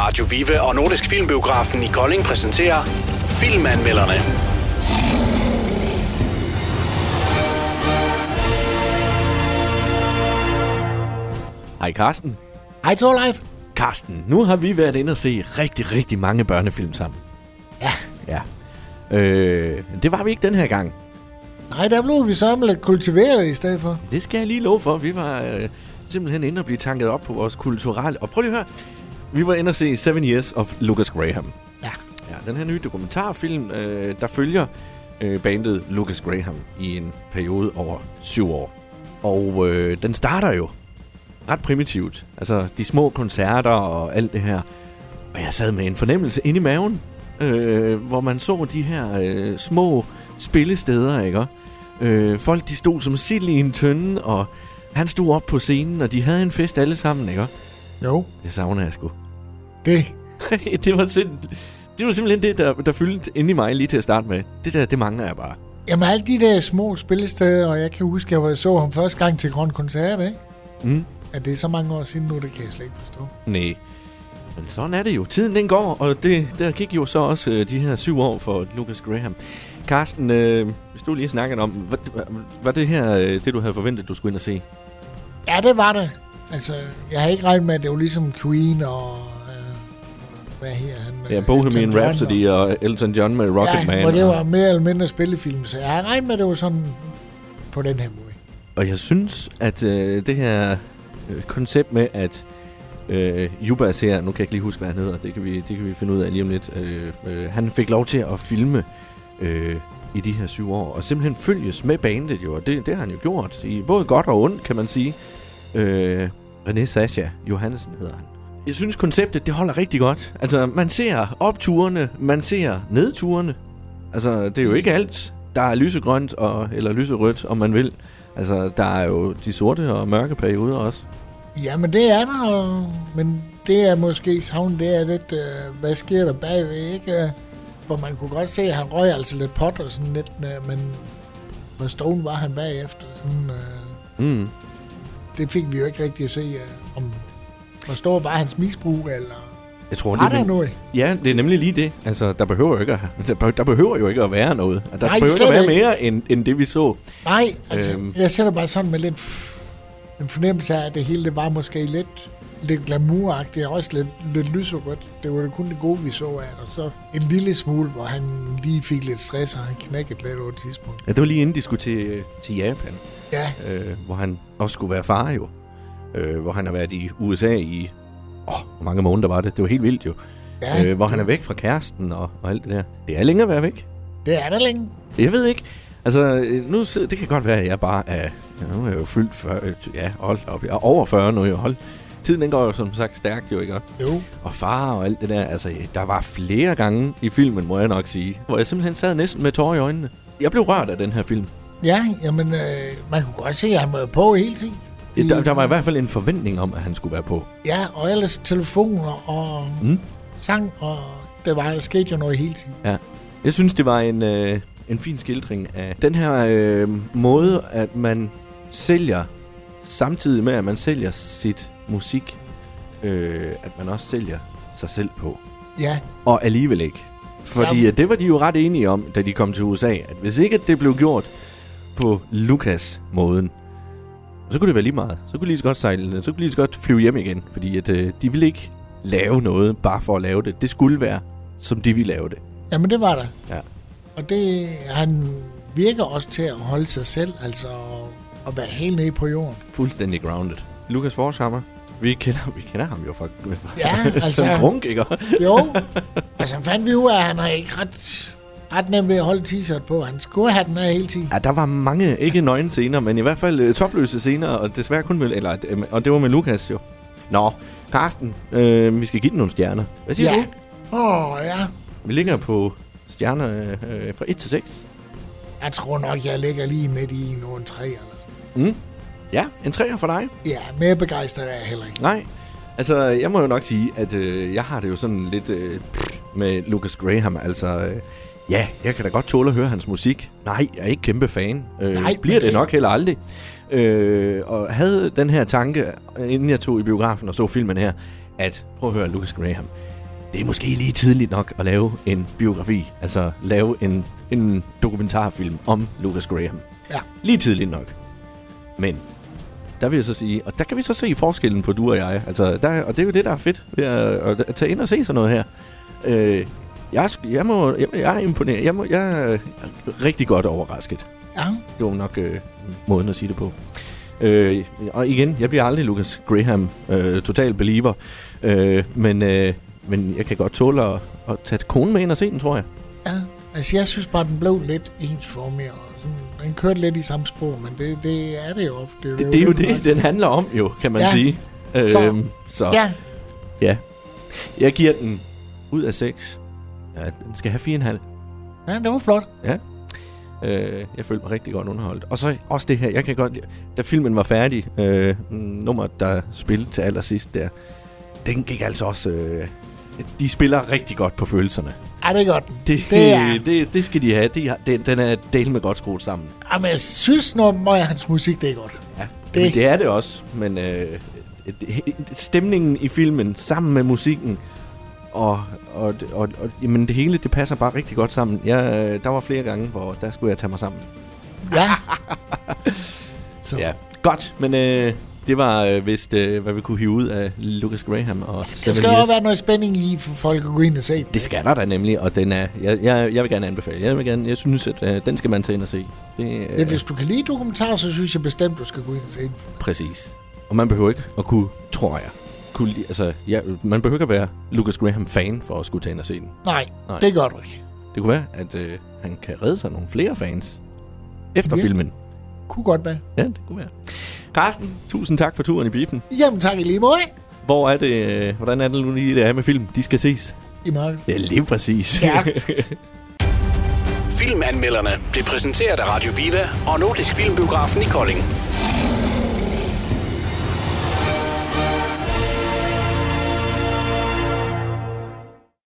Radio Vive og Nordisk Filmbiografen i Kolding præsenterer Filmanmelderne. Hej Carsten. Hej Torleif. Carsten, nu har vi været inde og se rigtig mange børnefilm sammen. Ja. Det var vi ikke den her gang. Nej, der blev vi så lidt kultiveret i stedet for. Det skal jeg lige love for. Vi var simpelthen inde og blive tanket op på vores kulturelle. Og prøv lige at høre. Vi var inde og se 7 Years of Lucas Graham. Ja, den her nye dokumentarfilm, der følger bandet Lucas Graham i en periode over 7 år. Og den starter jo ret primitivt. Altså de små koncerter og alt det her. Og jeg sad med en fornemmelse inde i maven, hvor man så de her små spillesteder, ikke? Folk de stod som sild i en tønde, og han stod op på scenen, og de havde en fest alle sammen, ikke? Jo. Det savner jeg sgu. Det var simpelthen det, der fyldte inde i mig lige til at starte med. Det mangler jeg bare. Jamen alle de der små spillesteder, og jeg kan huske, at jeg så ham første gang til Grøn Koncert, ikke? Mm. At det er så mange år siden nu, det kan jeg slet ikke forstå. Nej, men sådan er det jo. Tiden den går, og der gik jo så også de her 7 år for Lucas Graham. Carsten, hvis du lige snakkede om, var det her det, du havde forventet, du skulle ind og se? Ja, det var det. Altså, jeg havde ikke regnet med, at det var ligesom Queen og... hvad her han? Ja, Bohemian Rhapsody og Elton John med Rocketman. Ja, og det var mere eller mindre spillefilm, så jeg havde regnet med, at det var sådan på den her måde. Og jeg synes, at det her koncept med, at Jubas her, nu kan jeg ikke lige huske, hvad han hedder, det kan vi finde ud af lige om lidt, han fik lov til at filme i de her 7 år, og simpelthen følges med bandet jo, og det har han jo gjort, i både godt og ondt, kan man sige. René Sascha Johansen hedder han. Jeg synes, konceptet, det holder rigtig godt. Altså, man ser opturene, man ser nedturene. Altså, det er jo ikke alt, der er lysegrønt eller lyserødt, om man vil. Altså, der er jo de sorte og mørke perioder også. Jamen, det er der, men det er måske savnet, det er lidt, hvad sker der bagved, ikke? For man kunne godt se, at han røg altså lidt pot og sådan lidt, men hvor stone var han bagefter? Sådan, det fik vi jo ikke rigtig at se, om hvor stor var hans misbrug, eller jeg tror, har der noget? Ja, det er nemlig lige det. Altså, der behøver jo ikke at være noget. Der behøver ikke at være mere, end det vi så. Nej, altså, jeg sætter bare sådan med lidt en fornemmelse af, at det hele det var måske lidt glamouragtigt, og også lidt lyserødt. Det var det kun det gode, vi så af, og så en lille smule, hvor han lige fik lidt stress, og han knækkede lidt over et tidspunkt. Ja, det var lige inden de skulle til Japan. Ja. Hvor han også skulle være far jo. Hvor han har været i USA i hvor mange måneder var det? Det var helt vildt jo. Ja. Hvor han er væk fra kæresten og alt det der. Det er længe at være væk. Det er der længe. Jeg ved ikke. Altså, nu det kan godt være, at jeg bare er... Nu er jeg jo fyldt 40... Ja, hold op. Jeg er over 40 nu, jo. Tiden den går jo som sagt stærkt jo, ikke? Jo. Og far og alt det der. Altså, der var flere gange i filmen, må jeg nok sige, hvor jeg simpelthen sad næsten med tårer i øjnene. Jeg blev rørt af den her film. Ja, jamen, man kunne godt se, at han var på hele tiden. Der var i hvert fald en forventning om, at han skulle være på. Ja, og ellers telefoner og sang, og der skete jo noget hele tiden. Ja, jeg synes, det var en fin skildring af den her måde, at man sælger, samtidig med, at man sælger sit musik, at man også sælger sig selv på. Ja. Og alligevel ikke. Fordi det var de jo ret enige om, da de kom til USA, at hvis ikke det blev gjort på Lucas-måden, så kunne det være lige meget. Så kunne de lige så godt sejle, så kunne de lige så godt flyve hjem igen. Fordi at, de ville ikke lave noget bare for at lave det. Det skulle være, som de ville lave det. Jamen det var der. Ja. Og han virker også til at holde sig selv, altså at være helt nede på jorden. Fuldstændig grounded. Lucas Forshammer, vi kender ham jo fra altså, som Grunk, ikke? Jo, altså fandt vi ud af, at han har ikke ret nemt ved at holde t-shirt på. Han skulle have den her hele tiden. Ja, der var mange, ikke nøgne scener, men i hvert fald topløse scener, og desværre kun med, og det var med Lucas jo. Nå, Carsten, vi skal give den nogle stjerner. Hvad siger du? Ja. Vi ligger på stjerner fra 1 til 6. Jeg tror nok, jeg ligger lige midt i nogle 3 eller sådan. Ja, en 3'er for dig. Ja, mere begejstret er jeg heller ikke. Nej, altså jeg må jo nok sige, at jeg har det jo sådan lidt med Lucas Graham. Altså, Ja, jeg kan da godt tåle at høre hans musik. Nej, jeg er ikke kæmpe fan. Nej, bliver det nok heller aldrig. Og havde den her tanke, inden jeg tog i biografen og så filmen her, at prøv at høre Lucas Graham. Det er måske lige tidligt nok at lave en biografi. Altså lave en dokumentarfilm om Lucas Graham. Ja. Lige tidligt nok. Men der vil jeg så sige, og der kan vi så se forskellen på du og jeg. Altså, og det er jo det, der er fedt ved at tage ind og se sådan noget her. Jeg er imponeret. Jeg er rigtig godt overrasket. Ja. Det var nok måden at sige det på. Og igen, jeg bliver aldrig Lucas Graham total believer. Men jeg kan godt tåle at tage konen med ind og se den, tror jeg. Ja, altså jeg synes bare, den blev lidt ensformig. Den kørte lidt i samme spor, men det er det jo ofte. Det er jo det, den handler om jo, kan man sige. Så. Ja. Jeg giver den ud af 6. Ja, den skal have 4,5. Ja, det var flot. Ja. Jeg følte mig rigtig godt underholdt. Og så også det her, jeg kan godt... Da filmen var færdig, nummeret, der spillede til allersidst der, den gik altså også... de spiller rigtig godt på følelserne. Ja, det er godt. Det skal de have. Den er delt med godt skruet sammen. Jamen, jeg synes, når hans musik, det er godt. Ja, det er det også. Men stemningen i filmen, sammen med musikken, og jamen, det hele, det passer bare rigtig godt sammen. Der var flere gange, hvor der skulle jeg tage mig sammen. Ja. Så. Ja, godt. Men det var vist, hvad vi kunne hive ud af Lucas Graham. Og der skal også være noget spænding i for folk at gå ind og se. Det skal der da nemlig, og den er, jeg vil gerne anbefale. Jeg synes, at den skal man tage ind og se. Hvis du kan lide dokumentar, så synes jeg bestemt, du skal gå ind og se den. Præcis. Og man behøver ikke at kunne, tror jeg. Man behøver ikke at være Lucas Graham-fan for at skulle tage ind og se den. Nej, det gør du ikke. Det kunne være, at han kan redde sig nogle flere fans efter filmen. Kunne godt være. Ja, det kunne være. Carsten, tusind tak for turen i biffen. Jamen tak i lige måde. Hvordan er det nu lige, det er med film? De skal ses. I morgen. Ja, lige præcis. Ja. Filmanmelderne blev præsenteret af Radio Viva og Nordisk Filmbiografen i Kolding.